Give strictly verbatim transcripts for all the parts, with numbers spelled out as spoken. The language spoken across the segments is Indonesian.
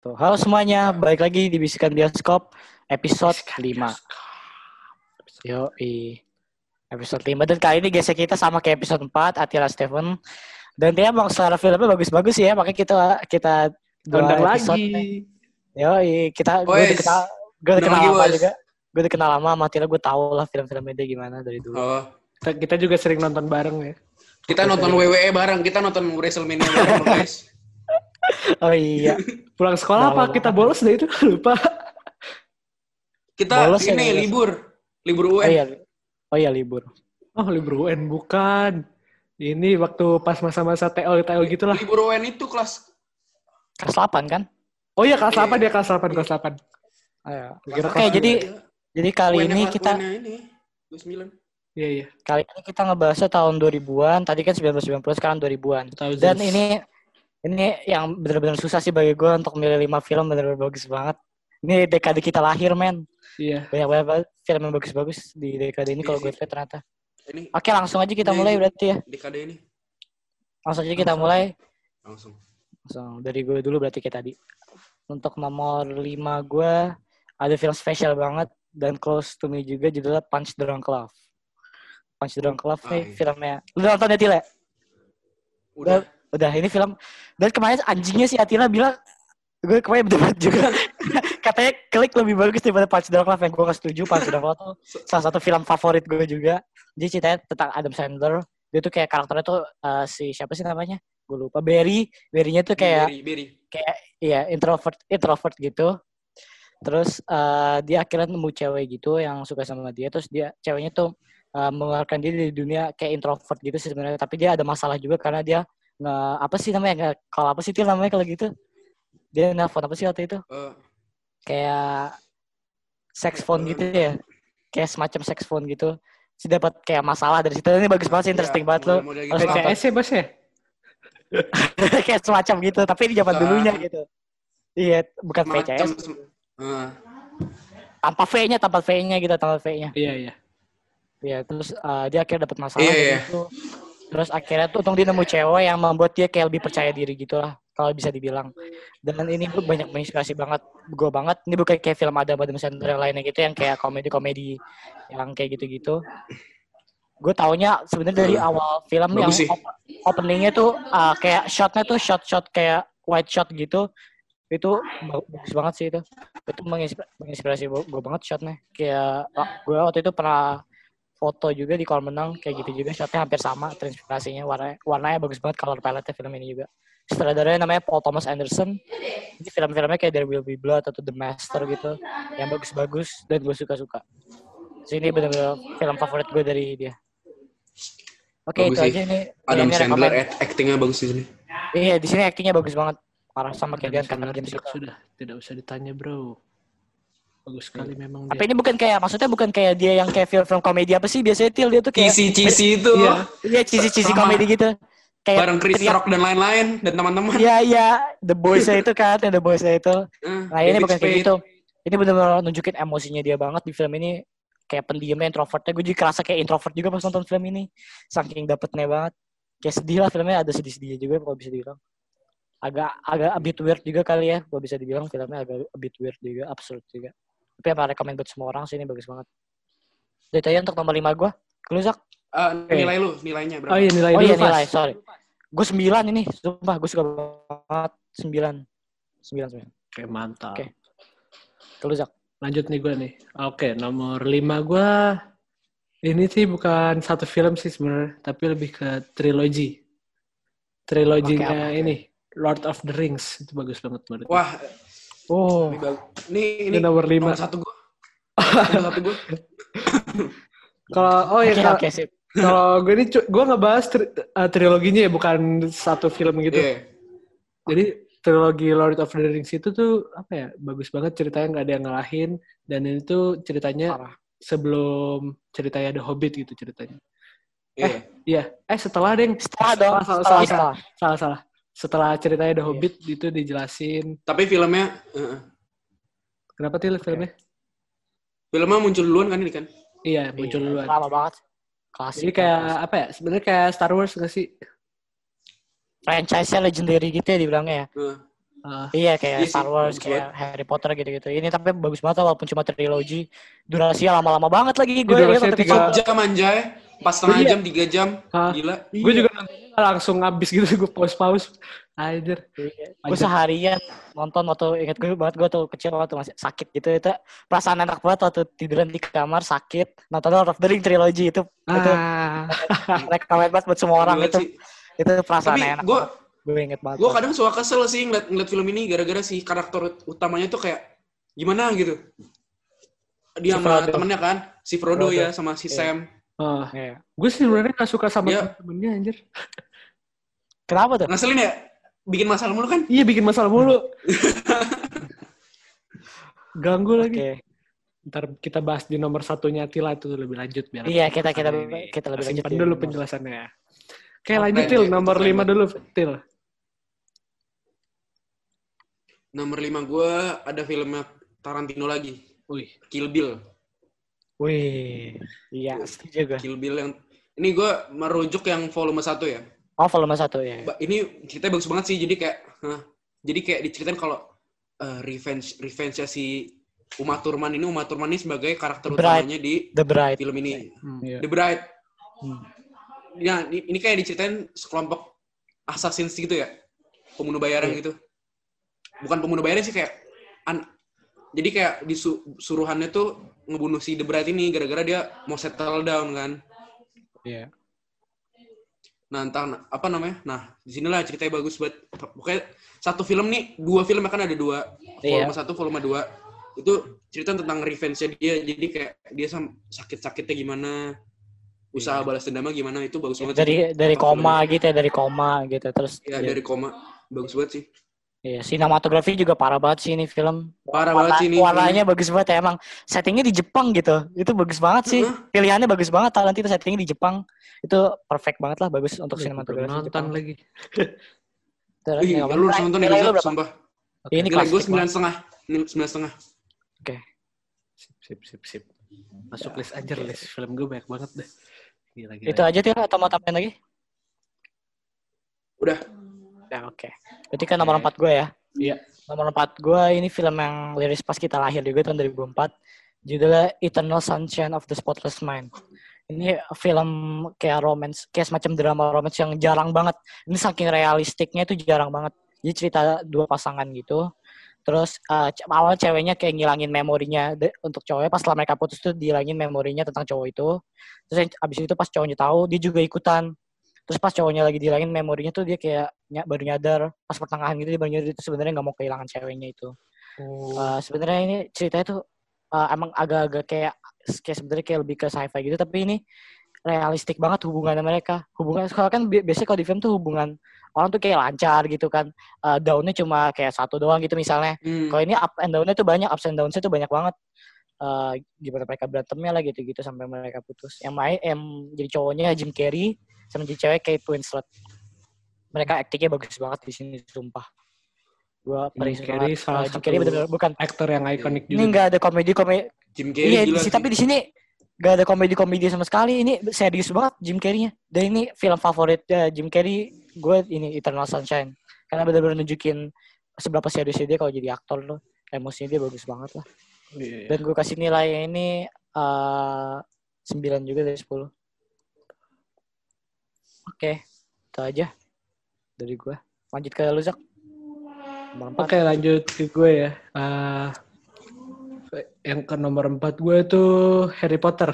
Tuh, halo semuanya, balik lagi di Bisikan Bioskop episode lima. Yo, episode lima. Dan kali ini gesek kita sama kayak episode empat, Attila Steven. Dan dia emang secara filmnya bagus-bagus ya, makanya kita kita Gondang dua episode. lagi. Yo, kita gue dikenal, gue dikenal lama juga. Gue dikenal lama sama Attila, gue tau lah film-filmnya dia gimana dari dulu. Oh, kita, kita juga sering nonton bareng ya. Kita Terus nonton dari... W W E bareng, kita nonton WrestleMania bareng, guys. Oh iya. Pulang sekolah apa kita bolos deh itu lupa. Kita bolos ini ya, libur, libur U N. Oh iya, oh iya libur. Oh libur U N bukan. Ini waktu pas masa-masa T O T O gitulah. Libur U N itu kelas kelas delapan kan? Oh iya kelas delapan dia kelas delapan kelas delapan. Ayo. Oke okay, jadi ya. jadi kali U N ini kita ini dua puluh sembilan. Iya iya. Kali ini kita ngebahasnya tahun dua ribuan, tadi kan sembilan belas sembilan puluh sekarang dua ribuan. Thousands. Dan ini ini yang benar-benar susah sih bagi gue untuk milih lima film benar-benar bagus banget. Ini dekade kita lahir, men. Iya. Banyak banget film yang bagus-bagus di dekade ini kalau gue lihat ternyata. Ini, Oke, langsung aja kita mulai berarti ya. Dekade ini. Langsung aja kita mulai. Langsung. Langsung dari gue dulu berarti kayak tadi. Untuk nomor lima gue ada film spesial banget dan close to me juga judulnya Punch Drunk Love. Punch Drunk Love nih ah, iya. Filmnya. Lu nonton ya, Tile? Udah. Udah, ini film. Dan kemarin anjingnya si Attila bilang, gue kemarin berdebat juga. Katanya Klik lebih bagus daripada Punch Drunk Love, yang gue gak setuju. Punch Drunk Love tuh salah satu film favorit gue juga. Dia ceritanya tentang Adam Sandler. Dia tuh kayak karakternya tuh uh, si siapa sih namanya? Gue lupa. Barry. Barry-nya tuh kayak, Barry, Barry. kayak iya introvert, introvert gitu. Terus uh, dia akhirnya nemu cewek gitu yang suka sama dia. Terus dia ceweknya tuh uh, mengeluarkan diri dari dunia kayak introvert gitu sih sebenarnya. Tapi dia ada masalah juga karena dia nge apa sih namanya nge kalau apa sih itu namanya kalau gitu dia nelfon apa sih waktu itu uh. kayak sex phone uh. gitu ya kayak semacam sex phone gitu sih dapat kayak masalah dari situ. Ini bagus banget sih, interesting ya, banget lo P C S ya bos ya kayak semacam gitu tapi di zaman uh. dulunya gitu iya bukan P C S uh. tanpa V-nya tanpa V-nya gitu tanpa V-nya iya iya iya terus uh, dia akhirnya dapat masalah iya, gitu iya. Terus akhirnya tuh untung dia nemu cewek yang membuat dia kayak lebih percaya diri gitu lah. Kalau bisa dibilang. Dan ini tuh banyak menginspirasi banget. Gue banget. Ini bukan kayak film Adam Adam Sandler yang lainnya gitu. Yang kayak komedi-komedi. Yang kayak gitu-gitu. Gue taunya sebenarnya dari awal film bagus yang sih. Op- openingnya tuh uh, kayak shotnya tuh shot-shot kayak white shot gitu. Itu bagus banget sih itu. Itu menginspirasi, menginspirasi gue banget shotnya. Kayak gue waktu itu pernah foto juga di kolam renang kayak gitu juga, shotnya hampir sama, terinspirasinya warna warnanya bagus banget, color palette film ini juga. Sutradaranya namanya Paul Thomas Anderson. Ini film-filmnya kayak There Will Be Blood atau The Master gitu, yang bagus-bagus dan gue suka-suka. So, ini benar-benar film favorit gue dari dia. Oke, okay, itu sih. Aja nih. Adam ini Sandler actingnya bagus di sini. Iya, di sini actingnya bagus banget. Parah sama kayak dia kan James sudah tidak usah ditanya, bro. Bagus sekali hmm. memang dia. Tapi ini bukan kayak, maksudnya bukan kayak dia yang kayak film-film komedi apa sih biasanya Til, dia tuh kayak cheesy-cheesy itu. Iya, iya cheesy-cheesy komedi gitu. Kayak bareng Chris Rock dan lain-lain dan teman-teman. Iya, iya, The Boys-nya itu kan, The Boys-nya itu. Uh, nah, ini bukan kayak gitu. Ini benar-benar nunjukin emosinya dia banget di film ini. Kayak pendiamnya, introvertnya. Gue juga kerasa kayak introvert juga pas nonton film ini. Saking dapetnya banget. Kayak sedih lah filmnya, ada sedih-sedihnya juga kalau bisa dibilang. Agak agak a bit weird juga kali ya, kalau bisa dibilang filmnya agak a bit weird juga, absurd juga. Tapi apa rekomend buat semua orang sih, ini bagus banget. Jadi aja untuk nomor lima gue. Lu Zak? Uh, nilai lu, nilainya berapa? Oh iya nilai oh, dulu iya, nilai, sorry. Gue sembilan ini, sumpah gue suka banget. Sembilan. Sembilan, sembilan. Oke, mantap. Oke. Lu Zak? Lanjut nih gue nih. Oke, nomor lima gue. Ini sih bukan satu film sih sebenarnya, tapi lebih ke trilogi. Triloginya okay, ini, Lord of the Rings. Itu bagus banget menurut gue. Wah, oh, ini ini, ini nomor lima. Nomor satu gue. Nomor satu gue. Kalau oh ya okay, okay, kalau gue ini gue ngebahas tri, uh, triloginya ya, bukan satu film gitu. Yeah. Jadi trilogi Lord of the Rings itu tuh apa ya, bagus banget ceritanya, nggak ada yang ngalahin, dan ini tuh ceritanya Parah. sebelum ceritanya The Hobbit gitu ceritanya. Yeah. Eh iya, eh setelah deng. Setelah dong. Salah salah salah salah. salah, salah. Setelah ceritanya The Hobbit yeah. itu dijelasin. Tapi filmnya uh, kenapa tuh filmnya? Filmnya muncul duluan kan ini kan? Iya, muncul iya, duluan. Lama banget. Klasik. Jadi kayak klasik. Apa ya? Sebenarnya kayak Star Wars nggak sih? Franchise-nya legendary gitu ya dibilangnya ya. Uh. Uh, Iya kayak Iya sih, Star Wars, bagus kayak Harry Potter gitu-gitu. Ini tapi bagus banget walaupun cuma trilogi. Durasinya lama-lama banget lagi. Gue ingat durasinya waktu tiga- kecil. Empat jam anjay. Pas setengah Iya. jam, tiga jam. Hah? Gila. Gue Iya. juga nontonnya langsung habis gitu, gue pause-pause. Anjir. Iya. Gue Lanjut. seharian nonton waktu ingat gue banget gue tuh kecil waktu masih sakit gitu itu perasaan enak banget waktu tiduran di kamar sakit nonton Lord of the Rings trilogy itu itu Ah, recommend banget buat semua orang Gila itu sih. itu perasaan Tapi enak gue banget. Gue inget banget. gue kadang suka kesel sih ngeliat, ngeliat film ini gara-gara si karakter utamanya tuh kayak gimana gitu. Dia Si sama Frodo. temennya kan, si Frodo, Frodo. ya sama si Iya. Sam. oh. Iya. Gue sih sebenarnya gak suka sama Dia- temen-temennya anjir. Kenapa tuh? Ngeselin ya, bikin masalah mulu kan? Iya bikin masalah mulu. Ganggu lagi. Oke. Ntar kita bahas di nomor satunya Tila itu lebih lanjut biar. Iya, kita- kita- Ini. kita lebih lanjut Simpan di dulu nomor- penjelasannya. Oke, Oke, lanjut Til, itu nomor keren lima banget. dulu Til. Nomor lima gue ada filmnya Tarantino lagi, Wih, Kill Bill. Wih. Iya, setuju gue. Kill Bill yang ini gue merujuk yang volume satu ya. Oh, volume satu ya. Ba- Ini ceritanya bagus banget sih. Jadi kayak, hah, jadi kayak diceritain kalau uh, revenge, revenge si Uma Thurman ini, Uma Thurman ini sebagai karakter The Bride. utamanya di The Bride. film ini, iya. The Bride. Hmm. Ya, ini, ini kayak diceritain sekelompok assassins gitu ya, pembunuh bayaran Iya. gitu. Bukan pembunuh bayaran sih kayak, an- jadi kayak disuruhannya tuh ngebunuh si The Bride ini gara-gara dia mau settle down kan. Iya. Nah, entah apa namanya. Nah, disinilah ceritanya bagus banget. Pokoknya satu film nih, dua film kan ada dua. Iya. Volume satu, volume dua. Itu cerita tentang revenge-nya dia. Jadi kayak dia sam- sakit-sakitnya gimana, usaha balas dendamnya gimana, itu bagus banget. Dari sih. dari Apa koma filmnya. gitu ya, dari koma gitu. Terus Ya, iya. dari koma. Bagus banget sih. Iya, sinematografi juga parah banget sih ini film. Parah Warna- banget sih ini. Warnanya bagus banget ya emang. Settingnya di Jepang gitu. Itu bagus banget sih. Heeh. Pilihannya bagus banget. Tarantino settingnya di Jepang. Itu perfect banget lah. Bagus untuk Wih, sinematografi belum nonton Jepang. lagi. Terus, Ih, ya, lu harus nonton nilai nih, lu berapa? sumpah. Ini Nilai gue klasik sembilan banget. setengah. Sembilan setengah. Sip, sip, sip, sip. Masuk list aja list film gue banyak banget deh. Gila, gila. Itu aja tuh atau mau tambahin lagi? Udah. Ya oke. Berarti kan nomor empat gue ya. Iya. Nomor empat gue ini film yang liris pas kita lahir juga tahun dua ribu empat. Judulnya Eternal Sunshine of the Spotless Mind. Ini film kayak romance, kayak semacam drama romance yang jarang banget. Ini saking realistiknya itu jarang banget. Jadi cerita dua pasangan gitu. Terus uh, awal ceweknya kayak ngilangin memorinya de- untuk cowoknya. Pas setelah mereka putus tuh dihilangin memorinya tentang cowok itu. Terus yang- abis itu pas cowoknya tahu, dia juga ikutan. Terus pas cowoknya lagi dihilangin memorinya tuh dia kayak ny- baru nyadar. Pas pertengahan gitu dia baru nyadar itu sebenarnya nggak mau kehilangan ceweknya itu. Oh. Uh, sebenarnya ini ceritanya tuh uh, emang agak-agak kayak kayak sebenarnya kayak lebih ke sci-fi gitu, tapi ini realistik banget hubungannya mereka. Hubungan kalau kan bi- biasanya kalau di film tuh hubungan orang tuh kayak lancar gitu kan, uh, down-nya cuma kayak satu doang gitu misalnya. Hmm. Kalau ini up and down-nya tuh banyak, ups and downs-nya tuh banyak banget. Uh, gimana mereka berantemnya lah gitu-gitu sampai mereka putus. Yang main yang jadi cowoknya Jim Carrey sama jadi cewek Kate Winslet. Mereka aktingnya bagus banget di sini sumpah. Gua Jim praise Carrey banget. salah Uh, Jim satu Carrey bener-bener bukan. aktor yang ikonik Ini juga. nggak ada komedi-komedi. Jim Carrey Iya, gila di, sih. tapi di sini gak ada komedi-komedi sama sekali. Ini serius banget Jim Carrey-nya. Dan ini film favorit uh, Jim Carrey gue ini Eternal Sunshine. Karena benar-benar nunjukin seberapa seriusnya dia kalau jadi aktor loh. Emosinya dia bagus banget lah. Iya. Dan gue kasih nilai ini uh, sembilan juga dari sepuluh. Oke, itu aja dari gue. Lanjut ke lu, Zak. Nomor empat. Oke, lanjut ke gue ya. Uh, yang ke nomor empat gue tuh Harry Potter.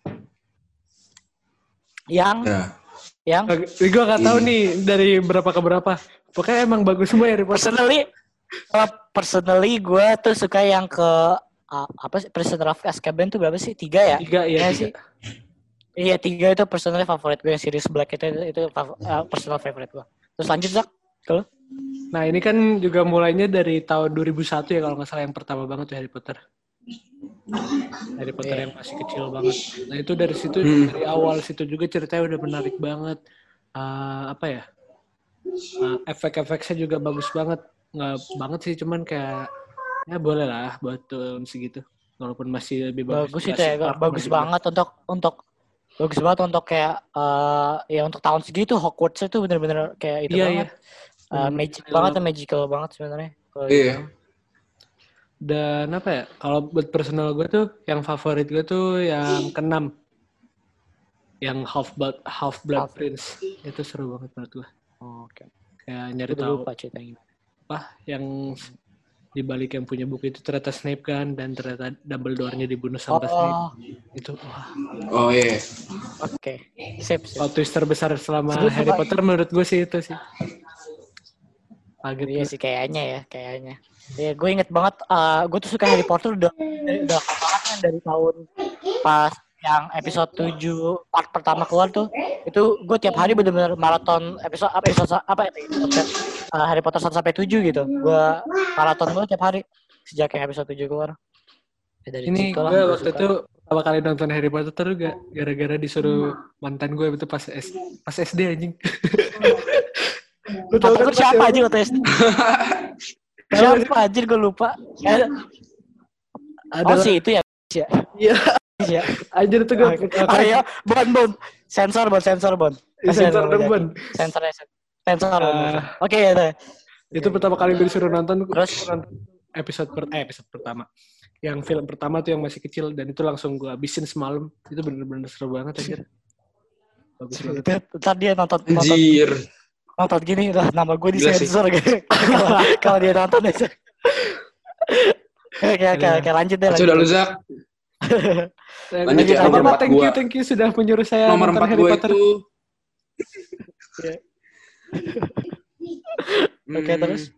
Yang Ya. yang Gue gak tahu nih dari berapa ke berapa. Pokoknya emang bagus semua Harry Potter. personally uh, personally gue tuh suka yang ke uh, apa sih Prisoner of Azkaban tuh berapa sih? Tiga ya? Tiga ya, Iya tiga. sih. Iya tiga itu personally favorit gue yang series Black itu itu fav- uh, personal favorite gue. Terus lanjut Zak, kalau Nah ini kan juga mulainya dari tahun dua ribu satu ya kalau nggak salah yang pertama banget tuh Harry Potter. Harry Potter Iya. yang masih kecil banget. Nah itu dari situ Hmm. dari awal situ juga ceritanya udah menarik banget. Uh, apa ya? Uh, efek-efeknya juga bagus banget. Nggak banget sih cuman kayak ya boleh lah buat tahun segitu. Walaupun masih lebih bagus. bagus itu Jurassic ya, Park bagus masih banget untuk untuk bagus banget untuk kayak uh, ya untuk tahun segitu Hogwarts itu bener-bener kayak itu Iya, banget. Uh, magic Hmm. banget, magical banget sebenarnya. Kalau Iya. gitu. Dan apa ya? Kalau buat personal gue tuh, yang favorit gue tuh yang keenam, yang Half Blood Half Blood Half. Prince. Itu seru banget menurut gue. Oh, oke. Kayak nyari Udah tahu lupa ceritanya gimana. apa yang di balik yang punya buku itu ternyata Snape kan, dan ternyata Dumbledore-nya dibunuh sama Snape. Oh, Itu wah. Oh iya. oke. Sip, sip. Plot twist terbesar selama Sebenarnya Harry suka- Potter menurut gue sih itu sih. Kaget Iya gue. sih kayaknya ya, kayaknya. Ya, gue inget banget, uh, gue tuh suka Harry Potter udah dari, udah lama banget kan dari tahun pas yang episode tujuh part pertama keluar tuh. Itu gue tiap hari bener-bener maraton episode apa episode apa itu uh, Harry Potter satu sampai tujuh gitu. Gue maraton gue tiap hari sejak yang episode tujuh keluar. Ya, dari Ini situ lah gue gua waktu suka. itu pertama kali nonton Harry Potter tuh gak gara-gara disuruh mantan gue itu pas S, pas S D anjing. Lu tau Mantan kan gue siapa pas- aja waktu S D? Siapa anjir gue lupa. Ya, oh Adalah- sih itu ya. Ya. Iya, Ya. anjir itu gue. Ayo, Bon, Bon. Sensor, Bon, sensor, Bon. Sensor dong, Bon. Sensor, sensor. Bon, Ah. sensor. Oke, ya udah. Itu pertama kali gue disuruh nonton, gue Terus? nonton episode per, eh, episode pertama. Yang film pertama tuh yang masih kecil, dan itu langsung gue habisin semalam. Itu bener-bener seru banget anjir. Bagus banget. Itu ntar dia nonton nonton, Anjir. nonton gini lah nama gue di Gila sih. sensor gitu. Kalau- Kalau dia nonton aja. Oke, oke, oke, lanjut deh. Sudah lu lanjut. Zak. Dan- Lanjut ya, Apa, nomor Pak? empat Thank you, gua. thank you sudah menyuruh saya Nomor nonton empat Harry gue Potter. itu. Oke, Hmm, terus?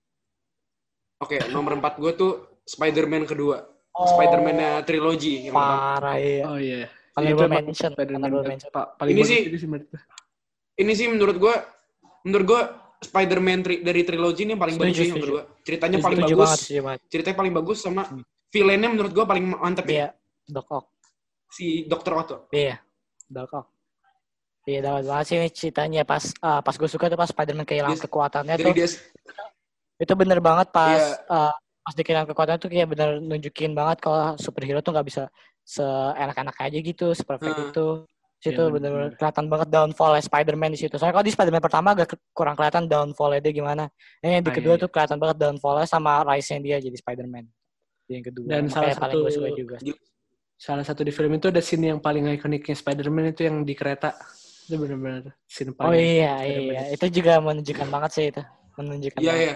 Oke, nomor empat gue tuh Spider-Man kedua. Oh, Spider-Man-nya trilogi. yang pertama. parah ya. Oh iya. Honorable Itu emang mention, Spider-Man honorable pa- mention. pa- paling Ini bagus sih- itu menurut gue. Ini sih menurut gue, menurut gue Spider-Man tri- dari trilogi ini yang paling Setuju, bagus sih yang setuju. kedua. Ceritanya paling Setuju bagus. banget, setuju banget. Ceritanya paling bagus sama villainnya menurut gue paling mantep ya. Iya, Doc Ock. Si dokter Otto. Iya, Doc Ock. Iya, dapat banget sih ini ceritanya pas ah, pas gue suka tuh pas Spider-Man kehilangan Dia- kekuatannya Jadi tuh. dia Itu bener banget pas Iya. ah, pas dia kehilangan kekuatannya tuh kayak bener nunjukin banget kalau superhero tuh nggak bisa seenak-enak aja gitu, seperfect Hmm. itu. Situ Iya, bener-bener bener. kelihatan banget downfall Spider-Man di situ. Soalnya kalau di Spider-Man pertama agak ke- kurang kelihatan downfall-nya dia gimana. Ini yang di Ah, kedua iya, tuh kelihatan banget downfall-nya sama rise-nya dia jadi Spider-Man. Di yang kedua. Dan Makanya salah paling satu- gue suka juga. Salah satu di film itu ada scene yang paling ikoniknya Spider-Man itu yang di kereta. Itu benar-benar scene Oh paling. iya, Spider-Man iya. itu. Itu juga menunjukkan banget sih itu. Menunjukkan Iya, banget. iya.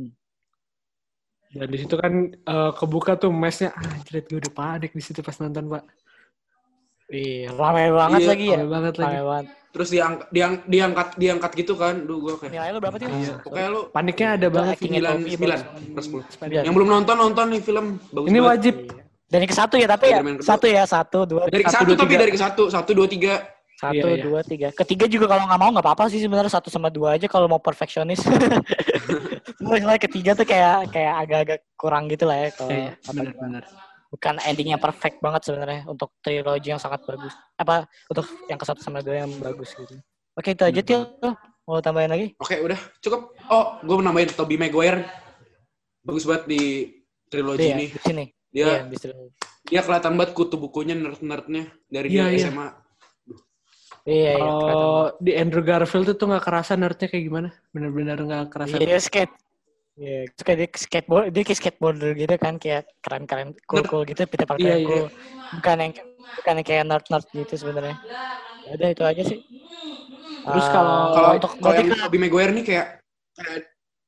Dan di situ kan eh, kebuka tuh mesnya. Ah, anjir, gue udah panik di situ pas nonton, Pak. Iya, ramai banget Iya, lagi ya. Ramai banget lagi. Ramai banget. Terus diang, diang, diangkat diangkat gitu kan. Duh, gue kayak Nilai lu berapa sih? Iya. pokoknya lu Paniknya ada banget. actingnya sembilan Tobey sembilan bagus. per sepuluh. Sembilan. Yang belum nonton nonton nih film bagus Ini banget. wajib. Iya. Dari ke satu ya, tapi ya Spider-Man kedua. satu ya, satu, dua, Dari ke Satu, satu dua, tapi tiga. dari ke satu satu dua tiga. satu, Iya, iya. dua, tiga. Ketiga juga kalau nggak mau nggak apa-apa sih sebenarnya satu sama dua aja kalau mau perfeksionis. Soalnya ketiga tuh kayak kayak agak-agak kurang gitu lah ya kalau Iya, apa- benar-benar. bukan endingnya perfect banget sebenarnya untuk trilogi yang sangat bagus. Apa untuk yang ke satu sama dua yang bagus gitu. Oke itu aja Til. Mau tambahin lagi? Oke, udah cukup. Oh, gue nambahin Tobey Maguire. Bagus banget di trilogi Iya, ini. di sini. Dia Iya, di sini. dia kelihatan banget kutu bukunya nerd-nerdnya dari Iya, dia iya. S M A. Iya, iya. kelihatan Kalau di Andrew Garfield itu nggak kerasa nerdnya kayak gimana? Benar-benar nggak kerasa. Iya, dia skate. Iya, terus kayak dia skateboard, dia kayak skateboarder gitu kan, kayak keren-keren, cool-cool gitu, Peter Parker Iya, yang iya. cool. Bukan yang bukan yang kayak nerd-nerd gitu sebenarnya. Ya udah itu aja sih. Terus Ah, kalau- Kalau untuk kalau yang berarti Tobey Maguire nih kayak, kayak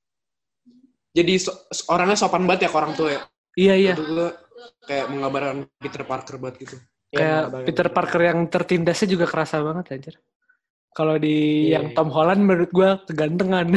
jadi so, orangnya sopan banget ya ke orang tua ya. Iya, iya. Itu gue kayak menggambarkan Peter Parker banget gitu. Kayak Peter Parker yang tertindasnya juga kerasa banget anjir. Kalau di Iya, yang iya. Tom Holland menurut gue kegantengan.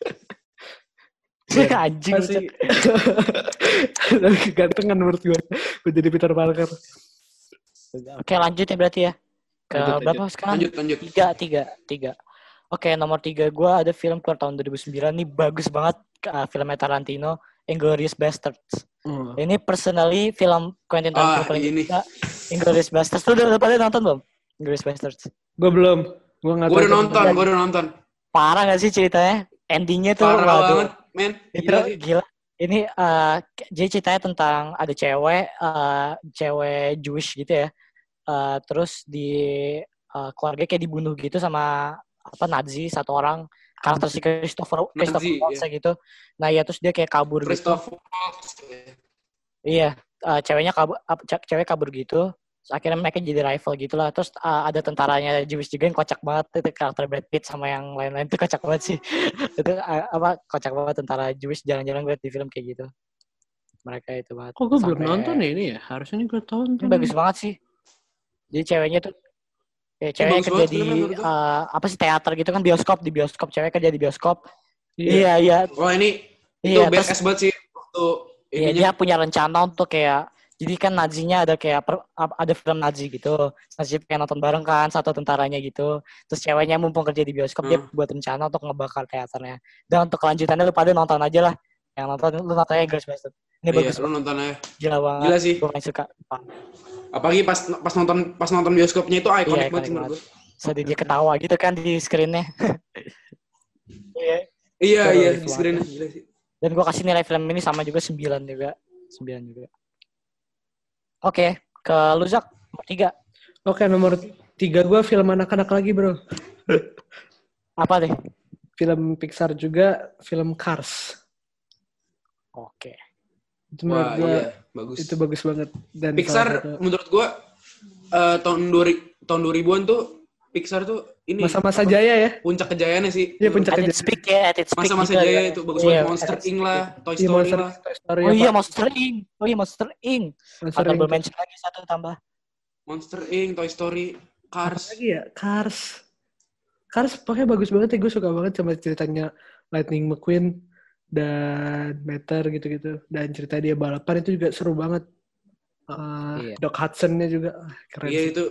anjing. Masih tapi kegantengan menurut gue. Gue jadi Peter Parker. Oke, lanjut ya berarti ya. Ke Lanjut, berapa sekarang? Lanjut, lanjut. Tiga, tiga, tiga. Oke, nomor tiga gue ada film keluar tahun dua ribu sembilan. Ini bagus banget. Uh, filmnya Tarantino, Inglourious Basterds. Oh. Ini personally film Quentin Tarantino Ah, paling ini. suka. Inglourious Basterds. Lu udah, udah pada nonton belum? Inglourious Basterds. Gue belum. Gue nggak Gue tahu. udah nonton, gue udah nonton. Parah gak sih ceritanya? Endingnya tuh Parah waduh. banget, men. Itu Gila sih. gila. Ini uh, jadi ceritanya tentang ada cewek, uh, cewek Jewish gitu ya. Uh, terus di uh, keluarga kayak dibunuh gitu sama apa Nazi satu orang. karakter si Christopher Christopher Nazi, Waltz iya. gitu. Nah ya terus dia kayak kabur gitu. Christopher Waltz. Iya, uh, ceweknya kabur, uh, cewek kabur gitu. Terus akhirnya mereka jadi rival gitu lah. Terus uh, ada tentaranya Jewish juga yang kocak banget. Itu karakter Brad Pitt sama yang lain-lain itu kocak banget sih. Itu uh, apa kocak banget tentara Jewish jalan-jalan gue di film kayak gitu. Mereka itu banget. Kok gue belum Sampai- nonton ya ini ya? Harusnya nih gue Ini tonton. bagus banget sih. Jadi ceweknya tuh ya, ceweknya bagus kerja banget di filmnya menurut gua. uh, apa sih teater gitu kan bioskop di bioskop cewek kerja di bioskop. Iya. Iya iya. Wah ini Iya, itu best terus- banget sih waktu Iya, ininya. dia punya rencana untuk kayak jadi kan Nazinya ada kayak per, ada film Nazi gitu. Nazi pengen nonton bareng kan satu tentaranya gitu. Terus ceweknya mumpung kerja di bioskop dia Hmm. buat rencana untuk ngebakar teaternya. Dan untuk kelanjutannya lu pada nonton aja lah. Yang nonton lu nontonnya Girls Bastard. Ini Iya, bagus lu nonton aja. gila banget. Gila sih. Gue paling suka. Apalagi pas pas nonton pas nonton bioskopnya itu ikonik Iya, banget ikonik sih menurut banget. gue. Sedih dia ketawa gitu kan di screen-nya. Iya. Iya, Betul, iya, bagus di screen gila sih. Dan gue kasih nilai film ini sama juga sembilan juga. sembilan juga. Oke, ke lu Zak, nomor tiga. Oke, nomor tiga gue film anak-anak lagi, bro. Apa deh? Film Pixar juga, film Cars. Oke. Itu menurut Wah, gue iya, bagus. itu bagus banget. Dan Pixar salah satu- menurut gua eh, tahun dua ribu tahun dua ribuan tuh Pixar tuh ini masa-masa apa, jaya ya. puncak kejayaannya sih. Iya, puncak At kejayaan. its speak ya, at its speak. Masa-masa gitu jaya ya. itu bagus Iya, banget. at Monster its Inc speak. lah, Toy Iya, Story Monster, lah. Toy Story Oh apa? iya, Monster Inc. Oh iya, Monster Inc. Monster Honorable Inc. mention lagi satu tambah. Monster Inc, Toy Story, Apa Cars. lagi ya? Cars. Cars pokoknya bagus banget ya. Gue suka banget sama ceritanya Lightning McQueen dan Mater gitu-gitu. Dan cerita dia balapan itu juga seru banget. Uh, Iya. Doc Hudson-nya juga ah, keren Iya sih. itu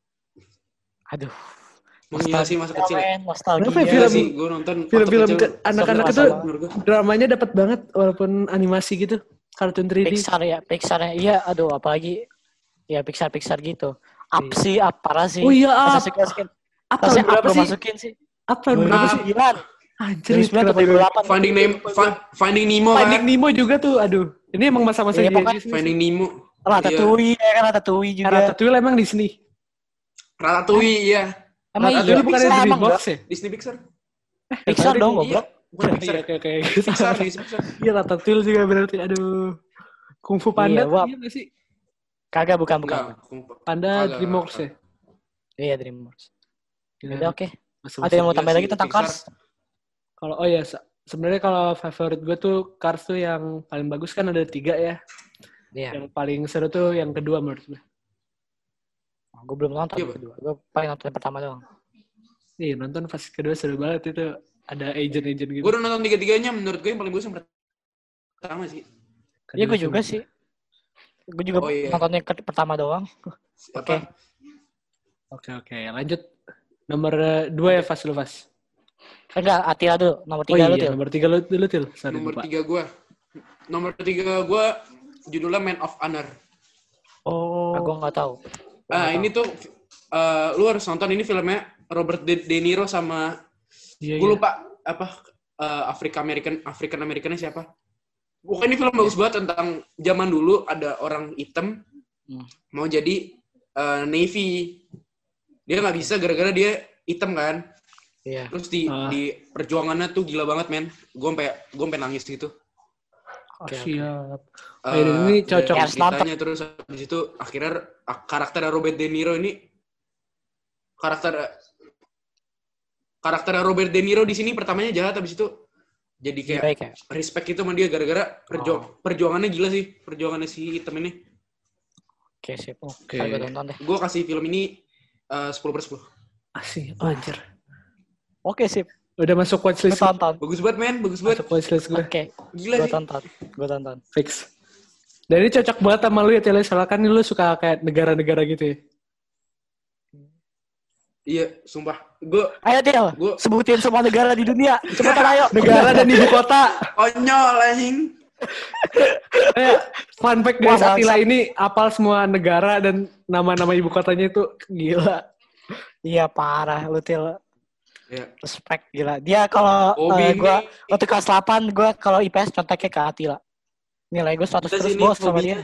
Aduh. menghiasi masa kecil. Men, nostalgia. Kenapa ya Iya film- sih, gue nonton waktu Film-film kecil. ke- anak-anak Sama- itu sama. Menurut gua. dramanya dapat banget walaupun animasi gitu. Kartun tiga D. Pixar ya, Pixar ya. Iya, aduh apalagi ya Pixar-Pixar gitu. Up Iya. sih, up parah sih. Oh iya, Up. Masa masukin. Up Masa tahun berapa up sih? masukin sih? Up tahun berapa sih? sembilan. Anjir, dua ribu sembilan atau kenapa dua ribu gue- delapan. Finding Nemo, Fi- Finding Nemo Finding kan. Nemo juga tuh, aduh. Ini emang masa-masa Iya, dia pokoknya Disney sih. Finding Nemo. Ratatouille ya kan, Ratatouille juga. Ratatouille emang Disney. Ratatouille, iya. Emang iya, Ratatouille bukan Pixar dari emang DreamWorks enggak? ya? Disney Pixar. Pixar dong, Iya, goblok. bukan Pixar. Iya, kayak kayak Pixar, gitu. Disney Pixar. Iya, Ratatouille juga berarti. Aduh. Kung Fu Panda Iya, tuh gua- iya nggak sih? Kagak, bukan, bukan. Enggak. Panda Agak- DreamWorks ya? Iya, DreamWorks. Gila. Udah oke. Masa-masa Ada yang mau iya tambah sih, lagi tentang Pixar. Cars? Kalau oh ya se- sebenarnya kalau favorit gue tuh Cars tuh yang paling bagus kan ada tiga ya. Iya. Yang paling seru tuh yang kedua menurut gue. Gue belum nonton Iya, yang kedua. Gue paling nonton yang pertama doang. Nih nonton pas kedua seru banget itu. Ada agent-agent gitu. Gue udah nonton tiga-tiganya, menurut gue yang paling bagus yang pertama sih. Iya, gue Kedua juga seru. sih. Gue juga Oh, iya. nonton yang ke- pertama doang. Apa? Oke. Oke oke lanjut. Nomor eh, dua ya Fas lu Fas. Enggak, Atila dulu. Nomor Oh tiga lu, iya Til. nomor tiga lu dulu Til. Sorry Nomor lupa. tiga gue. Nomor tiga gue judulnya Man of Honor. Oh. Aku nggak tahu. Gua Ah, nggak ini tuh eh, lu harus nonton ini filmnya Robert De, De Niro sama Iya, gue iya. lupa apa eh, Afrika American African Americannya siapa? Bukan ini film bagus banget tentang zaman dulu ada orang hitam Hmm. mau jadi eh, Navy. Dia nggak bisa gara-gara dia hitam kan. Iya. Terus di Ah. di perjuangannya tuh gila banget men. Gue sampai gue sampai nangis gitu. Oh, Oke, oke. siap. Eh, Oh, ini cocok. dari Harus nonton. ceritanya terus habis itu akhirnya ah, karakter Robert De Niro ini karakter karakter Robert De Niro di sini pertamanya jahat habis itu jadi Lebih kayak baik ya. respect itu sama dia gara-gara perju- Oh. perjuangannya gila sih perjuangannya si hitam ini. Oke, sip. Oke. Ntar gue tonton deh. Gue kasih film ini eh, sepuluh per sepuluh. Asik. Oh, anjir. Oke, sip. Udah masuk Gue watchlist. tonton. Bagus banget men, bagus banget. Masuk watchlist gue. Oke. Gila Gue sih. tonton. Gue tonton. Fix. Dan ini cocok banget sama lu ya, Tele. Soalnya kan lu suka kayak negara-negara gitu ya. Iya, sumpah. Gue Ayo, Til. Gua- Sebutin semua negara di dunia. Cepetan, ayo. Negara dan ibu kota. konyol anjing. Eh, fun fact Wah, guys, Attila bangsat. ini apal semua negara dan nama-nama ibu kotanya itu gila. Iya, parah. Lu, Til. Ya. Respect, gila. Dia kalau Hobi eh, ini. gue waktu kelas delapan, gue kalau I P S conteknya ke Atila. Nilai gue seratus Kita terus, sini bos, sama hobinya. dia.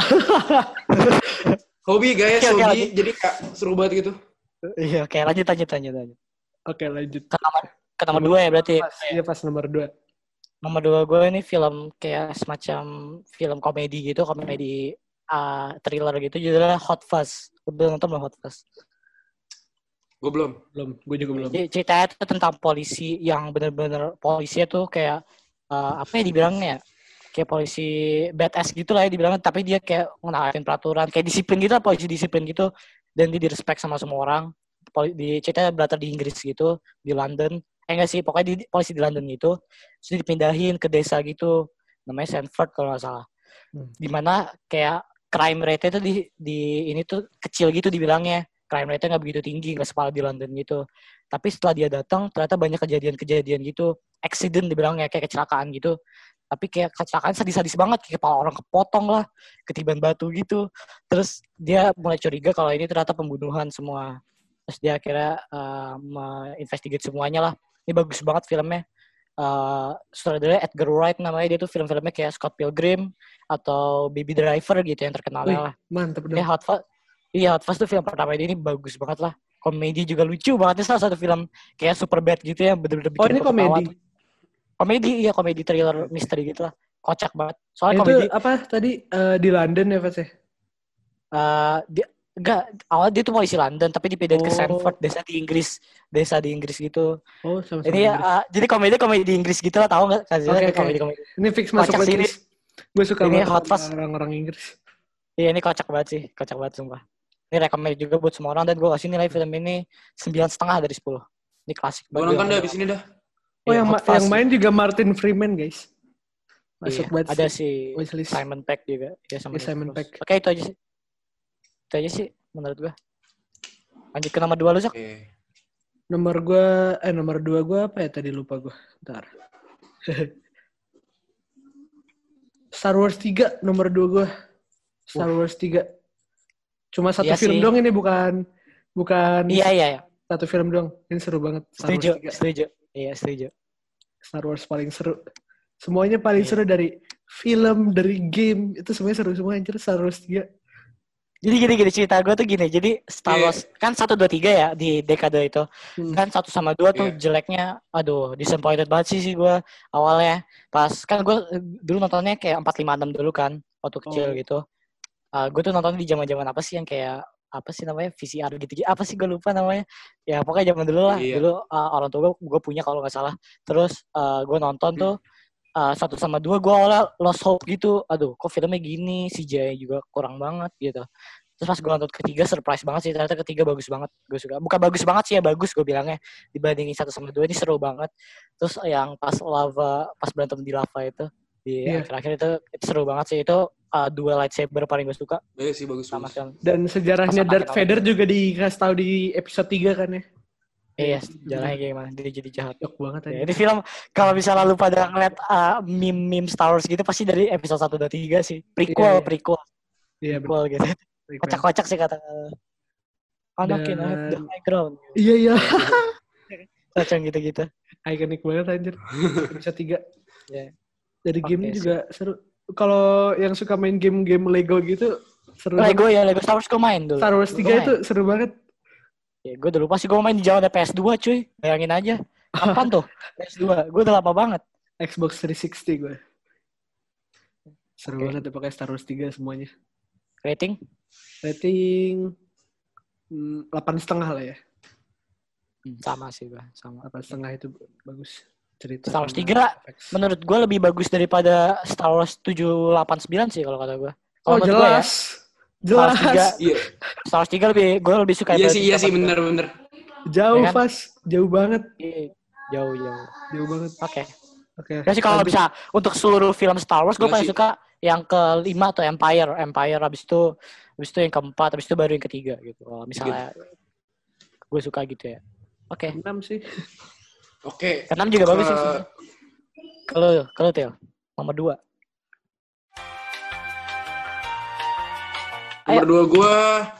Hobi guys, Oke, oke, hobi. lanjut. Jadi kayak seru banget gitu. Iya, oke. Lanjut, lanjut, lanjut, lanjut. Oke lanjut. Ke nomor, ke nomor dua ya berarti. Pas, iya pas nomor dua. Nomor dua gue ini film kayak semacam film komedi gitu, komedi uh, thriller gitu, judulnya Hot Fuzz. Udah nonton belum Hot Fuzz? Gue belum. Belum, gue juga belum. Jadi ceritanya itu tentang polisi yang bener-bener polisinya tuh kayak uh, apa ya dibilangnya, kayak polisi badass gitu lah ya dibilangnya, tapi dia kayak ngenaatin peraturan, kayak disiplin gitu lah, polisi disiplin gitu, dan dia di-respect sama semua orang. Poli- di ceritanya berlatar di Inggris gitu, di London. Eh enggak sih, pokoknya di, polisi di London gitu. Terus dipindahin ke desa gitu, namanya Sandford kalau nggak salah. Hmm. Dimana kayak crime rate itu di, di ini tuh kecil gitu dibilangnya. Crime rate-nya nggak begitu tinggi, nggak separah di London gitu. Tapi setelah dia datang, ternyata banyak kejadian-kejadian gitu. Accident dibilangnya, kayak kecelakaan gitu. Tapi kayak kecelakaan sadis-sadis banget. Kayak kepala orang kepotong lah, ketiban batu gitu. Terus dia mulai curiga kalau ini ternyata pembunuhan semua. Terus dia akhirnya uh, menginvestigate semuanya lah. Ini bagus banget filmnya. Uh, sutradaranya Edgar Wright namanya, dia tuh film-filmnya kayak Scott Pilgrim atau Baby Driver gitu yang terkenalnya lah. Mantep dong. Ini Hot Fuzz, iya Hot Fuzz tuh film pertama ini bagus banget lah. Komedi juga lucu banget. Ini salah satu film kayak Superbad gitu ya, bener-bener bikin Oh ini komedi? tuh. Komedi, iya komedi thriller misteri gitu lah. Kocak banget. Soalnya itu komedi. Apa tadi uh, di London ya Pak? Uh, dia, enggak, awal dia tuh polisi London tapi dipindahin Oh. ke Sandford, desa di Inggris, desa di Inggris gitu. Oh sama-sama Ini Inggris. uh, jadi komedi komedi di Inggris gitu lah, tahu nggak? Kasih Oke, okay, oke. komedi komedi. Ini fix masuk Kocak sih list. Gue suka ini banget Hot Fuzz. orang-orang Inggris. Iya ini kocak banget sih, kocak banget sumpah. Ini recommend juga buat semua orang, dan gue kasih nilai film ini sembilan setengah dari sepuluh. Ini klasik Gue banget. nonton dah abis ini dah. Oh Iya, yang Hot ma- Fuzz. yang main juga Martin Freeman guys. Masuk Iya, banget. ada sih. si Wishlist. Simon Pegg juga. Ya, sama Ya, Simon Pegg. Oke itu aja sih. Itu aja sih menurut gue. Lanjut ke nomor dua lu, Zak. Oke. Nomor gue, eh nomor dua gue apa ya tadi lupa gue. Bentar. Star Wars tiga nomor dua gue. Star uh. Wars tiga. Cuma satu Iya film sih. doang ini, bukan bukan Iya iya iya. satu film doang. Ini seru banget. Star Setuju, Wars tiga. setuju. Iya, setuju. Star Wars paling seru. Semuanya paling Iya. seru, dari film, dari game, itu semuanya seru semua anjir Star Wars tiga. Jadi gini-gini cerita gue tuh gini. Jadi Star Yeah. Wars kan satu dua tiga ya di dekade itu. Hmm. Kan satu sama dua tuh Yeah. jeleknya, aduh disappointed banget sih sih gue awalnya. Pas kan gue dulu nontonnya kayak empat lima enam dulu kan waktu kecil Oh. gitu. Uh, gue tuh nonton di zaman-zaman apa sih yang kayak apa sih namanya V C R gitu, apa sih gue lupa namanya. Ya pokoknya zaman dulu lah. Iya. Dulu uh, orang tua gue gue punya kalau nggak salah. Terus uh, gue nonton tuh uh, satu sama dua gue awalnya lost hope gitu. Aduh kok filmnya gini, C J I juga kurang banget gitu. Terus pas gue nonton ketiga surprise banget sih, ternyata ketiga bagus banget, gue suka. Bukan bagus banget sih ya, bagus gue bilangnya, dibandingin satu sama dua ini seru banget. Terus yang pas lava, pas berantem di lava itu di Iya. akhir-akhir itu, itu seru banget sih. Itu uh, dua lightsaber paling gue suka Bagus sih, bagus sama bagus. film. Dan sejarahnya Masa Darth makin Vader juga dikasih tahu di episode tiga kan ya. Iya, jalannya kayak gimana, dia jadi jahat. Jok banget aja. Ya, ini film kalau misalnya lu pada ngeliat uh, meme-meme Star Wars gitu pasti dari episode satu dua tiga sih. Iya, Prequel, iya. prequel, Iya, betul. prequel gitu. Kocak-kocak sih kata Anakin, I have the Dan- high ground. Iya, iya. Kocak gitu-gitu. Ikonik banget anjir. Episode tiga. Iya. Dari Oke, gamenya sip. juga seru. Kalau yang suka main game-game Lego gitu, seru banget. Lego ya, Lego Star Wars gue main dulu. Star Wars Gua tiga main. itu seru banget. Ya, gue udah lupa sih gue main di zaman P S dua cuy. Bayangin aja. Kapan tuh? P S dua. Gue udah lama banget. Xbox three sixty gue. Seru Oke. banget ya pakai Star Wars tiga semuanya. Rating? Rating delapan setengah lah ya. Hmm, sama sih gue. Sama. Delapan setengah itu bagus. Cerita. Star Wars sama tiga, effects. menurut gue lebih bagus daripada Star Wars tujuh delapan sembilan sih kalau kata gue. Oh Kalau menurut gua ya, jelas. Star Wars tiga, Jelas. Iya, Star Wars tiga lebih, gue lebih suka. iya daripada sih, iya sih, tujuh delapan bener bener. Jauh Ya kan? pas. Jauh banget. sembilan. Iya, jauh-jauh. Jauh banget. Oke. Oke. Ya sih kalau Lanjut. bisa untuk seluruh film Star Wars gue Iya paling sih. suka yang kelima atau Empire, Empire habis itu habis itu yang keempat, habis itu baru yang ketiga gitu. Kalau misalnya gue suka gitu ya. Oke. enam sih. Oke. Keenam juga bagus sih. Eh, Kalau kalau Tel, nomor dua. Nomor dua gue,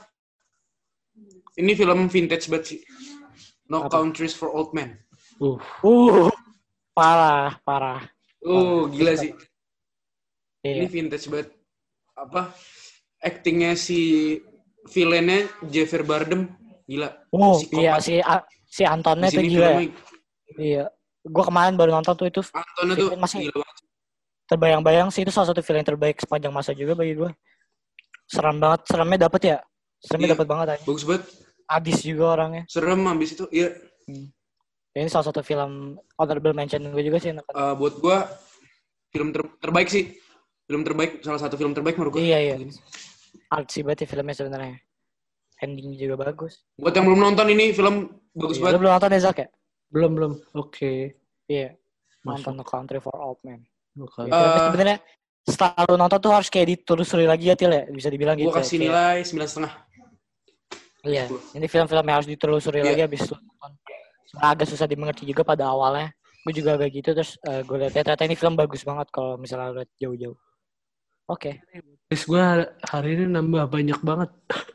ini film vintage banget sih. No Apa? Countries for Old Men. Uh, uh, parah, parah. Oh, gila sih. Ini Iya. vintage banget. Apa? Actingnya si villainnya Javier Bardem, gila. Oh, Psikopat. iya si A- si Antonnya Di tuh sini gila ya. filmnya Iya. Gue kemarin baru nonton tuh itu. Antonnya tuh Masih gila banget. terbayang-bayang sih itu salah satu film yang terbaik sepanjang masa juga bagi gue. Seram banget, seramnya dapet ya. Seramnya Iya, dapet banget aja. bagus banget. Adis juga orangnya. Serem abis itu, iya. Hmm. Ini salah satu film honorable mention gue juga sih. Uh, buat gue film ter- terbaik sih. Film terbaik, salah satu film terbaik menurut gue. Iya, iya. Artsy banget filmnya sebenarnya. Endingnya juga bagus. Buat yang belum nonton ini film bagus Iya, banget. lu belum nonton ya Zak ya? Belum belum. Oke. Okay. Iya. Nonton The Country for Old Men. Okay. Ya, uh, sebenarnya setelah lu nonton tuh harus kayak ditelusuri lagi ya Til ya, bisa dibilang gitu. Gue kasih ya, nilai sembilan setengah. Iya. Ini film-film yang harus ditelusuri yeah. lagi abis lu nonton. Sebenarnya agak susah dimengerti juga pada awalnya. Gue juga agak gitu terus uh, gue lihat ternyata ini film bagus banget kalau misalnya lu lihat jauh-jauh. Oke. Okay. Terus gue hari ini nambah banyak banget.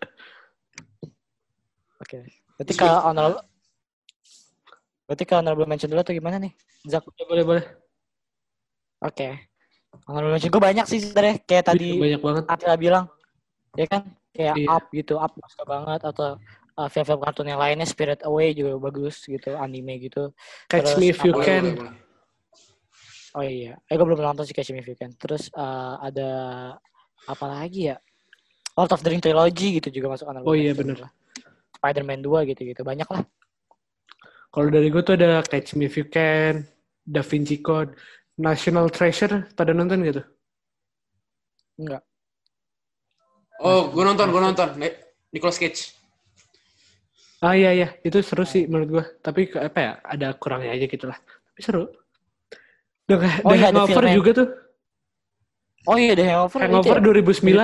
Oke. Okay. Berarti kalau honorable Berarti kalau honorable mention dulu tuh gimana nih? Zak, boleh boleh. Oke. Okay. Honorable mention gue banyak sih sebenarnya kayak tadi banyak banget. Atila bilang. Ya kan? Kayak iya. Up gitu, Up suka banget atau uh, film-film kartun yang lainnya Spirit Away juga bagus gitu, anime gitu. Catch Terus, Me If You apa, Can. Oh iya, eh gue belum nonton sih Catch Me If You Can. Terus uh, ada apa lagi ya? Lord of the Rings Trilogy gitu juga masuk honorable. Oh iya benar. Spider-Man dua gitu-gitu, banyak lah. Kalau dari gue tuh ada Catch Me If You Can, Da Vinci Code, National Treasure, pada nonton gitu? Enggak. Oh, gue nonton, gue nonton. Nicolas Cage. Ah iya iya, itu seru sih menurut gue. Tapi apa ya, ada kurangnya aja gitu lah. Tapi seru. The, oh, The iya, Hangover juga tuh. Oh iya, The Hangover. Hangover ya? dua ribu sembilan.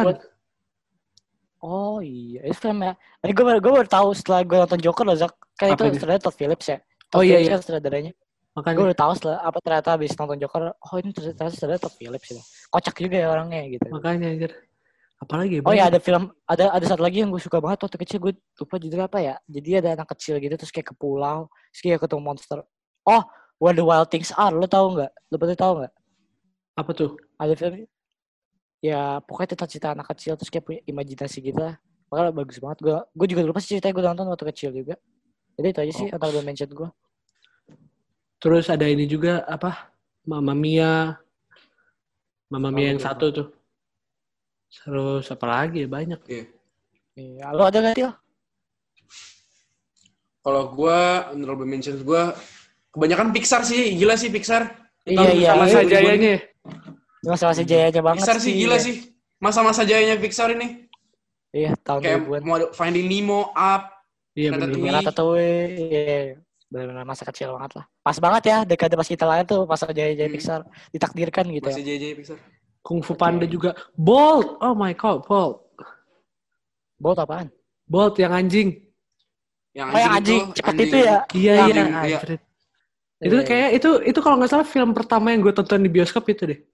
Oh iya, itu filmnya. Ini gue baru, gue baru tahu setelah gue nonton Joker loh, Zak. Kan apa itu sutradara Todd Phillips ya. Todd oh iya Phillips iya. Kan sutradaranya. Makanya. Gue baru tahu setelah apa ternyata habis nonton Joker, oh ini ternyata sutradara Todd Phillips ya. Kocak juga ya orangnya gitu. Makanya anjir. Apalagi oh ya ada film ada ada satu lagi yang gue suka banget waktu kecil, gue lupa judulnya apa ya, jadi ada anak kecil gitu terus kayak ke pulau terus kayak ketemu monster. Oh, Where the Wild Things Are, lo tau nggak? Lo pada tahu nggak? Apa tuh? Ada film ya pokoknya tentang cerita anak kecil terus kayak punya imajinasi gitu lah. Makanya bagus banget. Gue gue juga lupa sih ceritanya, gue nonton waktu kecil juga. Jadi itu aja sih oh. Antara mention gue. Terus ada ini juga apa? Mamma Mia. Mamma Mia oh, yang satu tuh. Terus apa lagi ya, banyak. Iya. Iya. Lo ada nggak Til? Kalau gue, honorable mentions gue, kebanyakan Pixar sih, gila sih Pixar. Iya iya. Masa jayanya. Masa-masa jayanya banget. Pixar sih gila ya. sih. Masa-masa jayanya Pixar ini. Iya, tahun kayak dua ribuan. Kayak Finding Nemo, Up, iya, Ratatouille. Ratatouille. Iya, benar-benar masa kecil banget lah. Pas banget ya, dekade pas kita lahir tuh masa jaya-jaya hmm. Pixar ditakdirkan gitu. Masih jaya-jaya Pixar. Kung Fu Panda okay. juga. Bolt! Oh my god, Bolt. Bolt apaan? Bolt yang anjing. Yang anjing, oh, yang anjing. Itu, cepet anjing. itu ya? Iya, nah, iya. iya. Itu kayak, itu itu kalau nggak salah film pertama yang gue tonton di bioskop itu deh.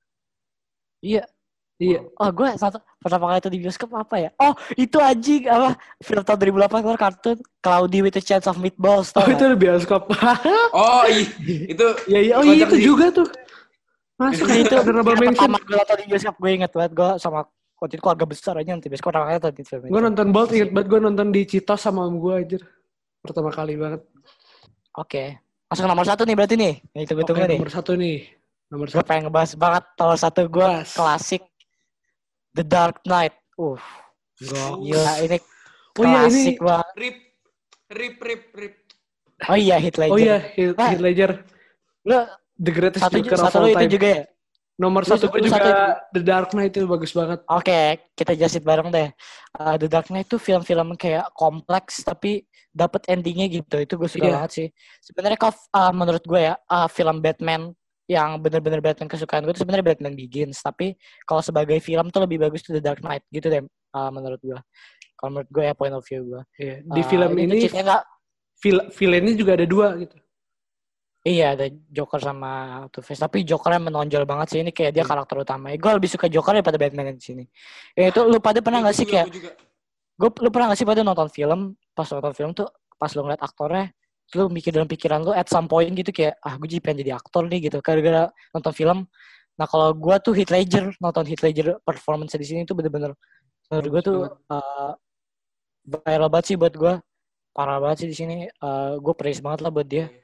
Iya. Iya. Oh, gue satu pertama kali itu di bioskop apa ya? Oh, itu anjing. Apa? Film tahun dua ribu delapan keluar kartun. Cloudy with a Chance of Meatballs. Oh, itu di bioskop. oh, iya. Itu. Iya, iya. Oh, iya, itu sih. Juga tuh. Masuk itu pertama gue nonton di bioskop, gue inget banget gue sama waktu itu keluarga besar aja nanti bioskop pertama kali nonton di film itu. Gue nonton Bolt, inget banget gue nonton di Citos sama om gue aja pertama kali banget. Oke, masuk nomor satu nih berarti nih, yang itu betul nih. Nomor satu nih, nomor satu. Gue pengen ngebahas banget nomor satu gue klasik The Dark Knight. Uh, gila ini oh, klasik iya, banget. Rip, rip, rip, rip. Oh iya, Heath Ledger. Oh iya, Heath, Heath Ledger. Lo The Greatest satu, Joker of satu all time. Itu juga ya? Nomor lu, satu gue juga satu The Dark Knight itu bagus banget. Oke, okay, kita jelasin bareng deh. Uh, The Dark Knight itu film-film kayak kompleks tapi dapat endingnya gitu. Itu gue suka yeah. banget sih. Sebenarnya kalau uh, menurut gue ya, uh, film Batman yang benar-benar Batman kesukaan gue itu sebenarnya Batman Begins. Tapi kalau sebagai film tuh lebih bagus tuh The Dark Knight gitu deh, uh, menurut gue. Kalau menurut gue ya point of view gue. Yeah. Di uh, film ini, ini gak... villainnya juga ada dua gitu. Iya, ada Joker sama Two-Face. Tapi Jokernya menonjol banget sih. Ini kayak dia karakter utama. Gue lebih suka Joker daripada Batman di sini. Ya itu lu pada pernah nggak sih kayak? Gue lu pernah nggak sih pada nonton film? Pas nonton film tuh, pas lu ngeliat aktornya, lu mikir dalam pikiran lu at some point gitu kayak, ah gue jadi pengen jadi aktor nih gitu. Gara-gara nonton film. Nah kalau gue tuh Heath Ledger, nonton Heath Ledger performance di sini tuh bener-bener, menurut gue tuh uh, viral banget sih buat gue. Parah banget sih di sini. Uh, gue praise banget lah buat dia.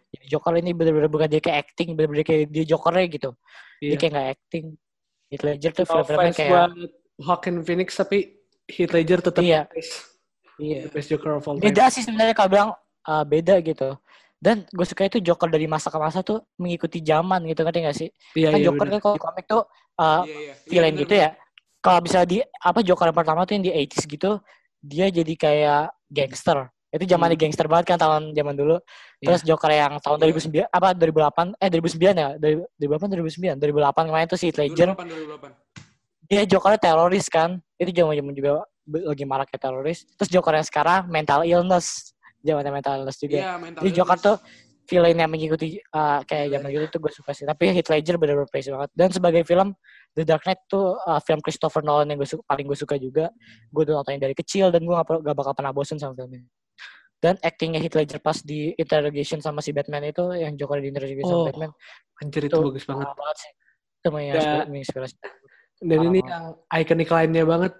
Jadi Joker ini bener-bener bukan dia kayak acting, bener-bener kayak dia Jokernya gitu. Iya. Dia kayak nggak acting. Heath Ledger tuh No film-filmnya offense kayak buat Joaquin Phoenix, tapi Heath Ledger tetap Iya. the best, iya. the best Joker of all time. Beda sih sebenarnya kalau bilang uh, beda gitu. Dan gue suka itu Joker dari masa ke masa tuh mengikuti zaman gitu, ngerti nggak sih? Iya, Kan iya, Joker bener. kan kalau di komik tuh uh, Iya, iya. villain Iya, gitu ya. Kalau bisa di apa Joker yang pertama tuh yang di delapan puluh gitu, dia jadi kayak gangster. Itu zamannya Hmm. gangster banget kan tahun zaman dulu. Terus Joker yang tahun Iya. dua ribu sembilan apa dua ribu delapan eh dua ribu sembilan ya? dua ribu delapan dua ribu sembilan dua ribu delapan kemarin tuh si Heath Ledger. dua ribu delapan, dua ribu delapan. Dia Jokernya teroris kan. Itu zaman-zaman juga lagi maraknya teroris. Terus Joker yang sekarang mental illness. Zamannya mental illness juga. Iya, mental Jadi Joker illness. tuh villain yang mengikuti uh, kayak zaman gitu tuh gue suka sih. Tapi Heath Ledger bener-bener praise banget. Dan sebagai film The Dark Knight tuh uh, film Christopher Nolan yang gue su- paling gue suka juga. Gue udah nontonin dari kecil dan gue gak, gak bakal pernah bosen sama film ini. Dan actingnya Heath Ledger pas di interrogation sama si Batman itu, yang Joker di interrogation Oh, sama Batman, anjir itu itu bagus banget. parah banget sih. Itu Ya. menginspirasi. Dan Parah ini banget. yang iconic line-nya banget.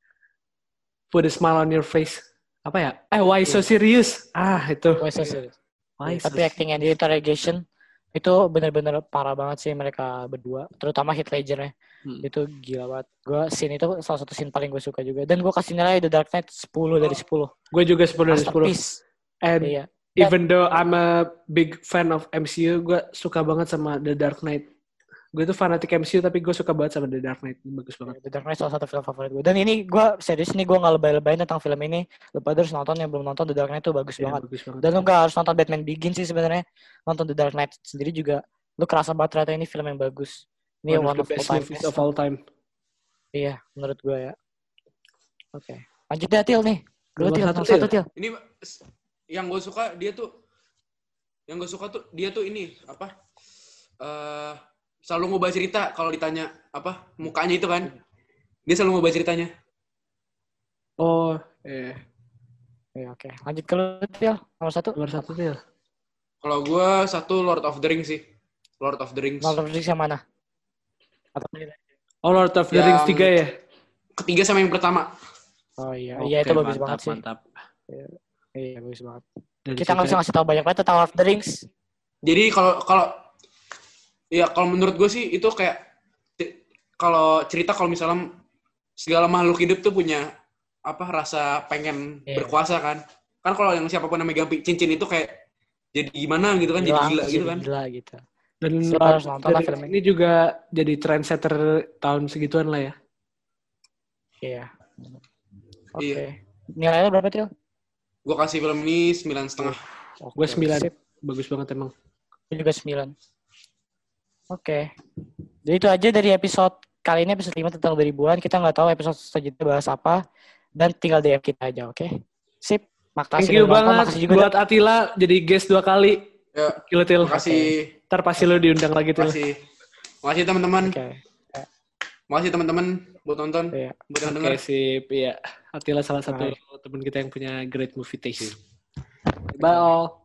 Put a smile on your face. Apa ya? Eh, why so serious? Ah, itu. Why so serious? Why so Tapi actingnya di interrogation itu bener-bener parah banget sih mereka berdua, terutama Heath Ledger-nya. Hmm. Itu gila banget. Gue scene itu salah satu scene paling gue suka juga. Dan gue kasih nilai The Dark Knight sepuluh dari sepuluh. Gue juga sepuluh dari sepuluh. Masterpiece. And Iya. even though I'm a big fan of M C U, gue suka banget sama The Dark Knight. Gue tuh fanatik M C U, tapi gue suka banget sama The Dark Knight. Bagus banget. The Dark Knight salah satu film favorit gue. Dan ini gue serius nih, gue gak lebay-lebayin tentang film ini. Lu pada harus nonton, yang belum nonton The Dark Knight itu bagus Ya, banget. bagus banget. Dan lu gak harus nonton Batman Begins sih sebenarnya. Nonton The Dark Knight sendiri juga lu kerasa banget ternyata ini film yang bagus. Ini One, one of of the all best time movies best. of all time. Iya, menurut gue ya. Oke. Lanjut deh, Til nih. Lu Nomor Til, satu, nomor satu, Til. Til. Ini yang gue suka dia tuh yang gue suka tuh dia tuh ini apa? Eh selalu ngubah cerita kalau ditanya apa mukanya itu kan. Dia selalu ngubah ceritanya. Oh, eh. Ya, oke. Lanjut ke lu, Til. Nomor satu. Nomor satu tuh. Kalau gue satu Lord of the Rings sih. Lord of the Rings. Lord of the Rings yang mana? Atau Oh, Lord of the Yang- Rings tiga ya? Ketiga sama yang pertama. Oh iya, Oke, iya itu bagus mantap, banget sih. Mantap. Iya, bagus banget. Dari Kita nggak situ- bisa ngasih tahu banyak banget tentang Lord of the Rings. Jadi kalau kalau ya kalau menurut gue sih itu kayak ti- kalau cerita kalau misalnya segala makhluk hidup tuh punya apa rasa pengen Iya. berkuasa kan. Kan kalau yang siapapun yang megang cincin itu kayak jadi gimana gitu kan, jadi Hilang, gila gitu jadi kan. Gila gitu. Dan Siapa Lord harus of nonton the lah Rings film ini juga jadi trendsetter tahun segituan lah ya. Iya. Oke. Iya. Nilainya berapa, Til? Gue kasih film ini sembilan setengah. Gue sembilan. Sip. Bagus banget emang. Gue juga sembilan. Oke. Jadi itu aja dari episode kali ini, episode lima tentang dua ribuan. Kita nggak tahu episode selanjutnya bahas apa. Dan tinggal D M kita aja, oke? Sip. Makasih Thank you udah nonton. banget Makasih juga buat Attila jadi guest dua kali. Ya, Gila, Til. makasih, Ntar pasti lo diundang lagi, Til. makasih, makasih teman-teman, Oke. makasih teman-teman buat nonton, Iya. buat yang Oke, denger. sip. Iya. Attila salah satu Bye. teman kita yang punya great movie taste. Bye all.